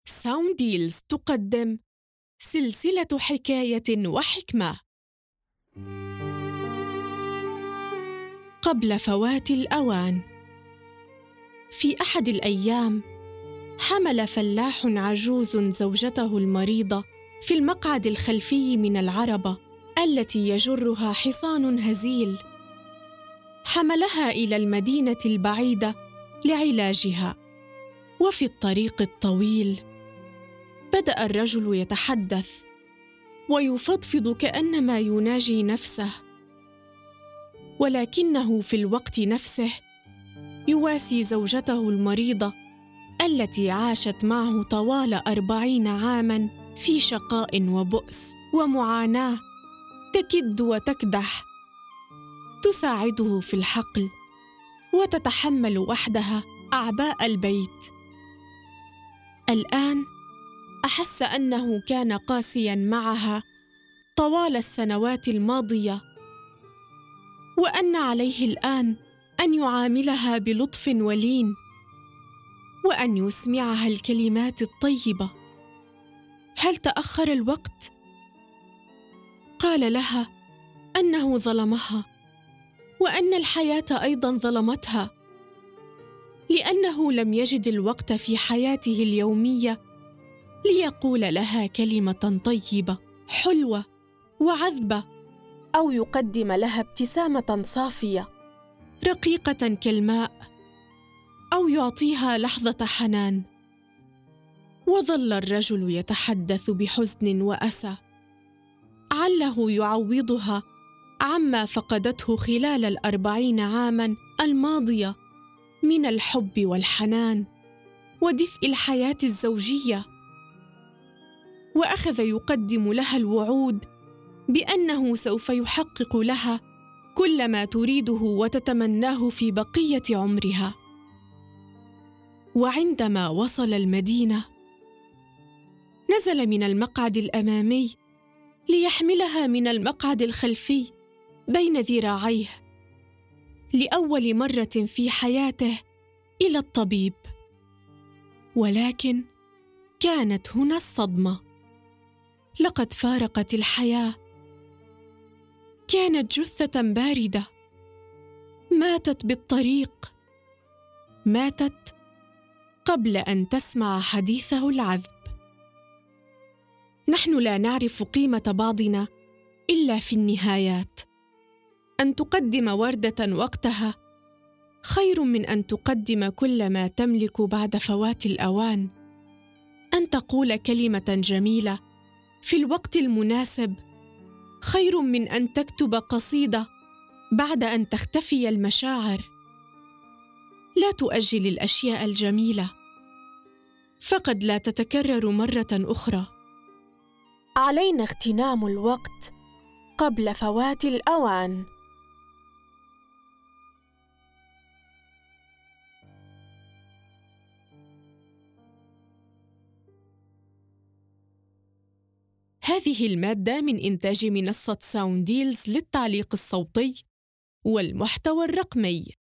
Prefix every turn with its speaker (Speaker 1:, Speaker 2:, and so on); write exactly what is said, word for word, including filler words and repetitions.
Speaker 1: ساونديلز تقدم سلسلة حكاية وحكمة. قبل فوات الأوان. في أحد الأيام حمل فلاح عجوز زوجته المريضة في المقعد الخلفي من العربة التي يجرها حصان هزيل. حملها إلى المدينة البعيدة لعلاجها. وفي الطريق الطويل بدأ الرجل يتحدث ويفضفض كأنما يناجي نفسه، ولكنه في الوقت نفسه يواسي زوجته المريضة التي عاشت معه طوال أربعين عاماً في شقاء وبؤس ومعاناة، تكد وتكدح، تساعده في الحقل وتتحمل وحدها أعباء البيت. الآن أحس أنه كان قاسياً معها طوال السنوات الماضية، وأن عليه الآن أن يعاملها بلطف ولين، وأن يسمعها الكلمات الطيبة. هل تأخر الوقت؟ قال لها أنه ظلمها، وأن الحياة أيضاً ظلمتها، لأنه لم يجد الوقت في حياته اليومية ليقول لها كلمة طيبة حلوة وعذبة، أو يقدم لها ابتسامة صافية رقيقة كالماء، أو يعطيها لحظة حنان. وظل الرجل يتحدث بحزن وأسى، عله يعوضها عما فقدته خلال الأربعين عاماً الماضية من الحب والحنان ودفء الحياة الزوجية. وأخذ يقدم لها الوعود بأنه سوف يحقق لها كل ما تريده وتتمناه في بقية عمرها. وعندما وصل المدينة نزل من المقعد الأمامي ليحملها من المقعد الخلفي بين ذراعيه لأول مرة في حياته إلى الطبيب. ولكن كانت هنا الصدمة، لقد فارقت الحياة. كانت جثة باردة، ماتت بالطريق، ماتت قبل أن تسمع حديثه العذب. نحن لا نعرف قيمة بعضنا إلا في النهايات. أن تقدم وردة وقتها خير من أن تقدم كل ما تملك بعد فوات الأوان. أن تقول كلمة جميلة في الوقت المناسب خير من أن تكتب قصيدة بعد أن تختفي المشاعر. لا تؤجل الأشياء الجميلة، فقد لا تتكرر مرة أخرى. علينا اغتنام الوقت قبل فوات الأوان. هذه المادة من إنتاج منصة ساونديلز للتعليق الصوتي والمحتوى الرقمي.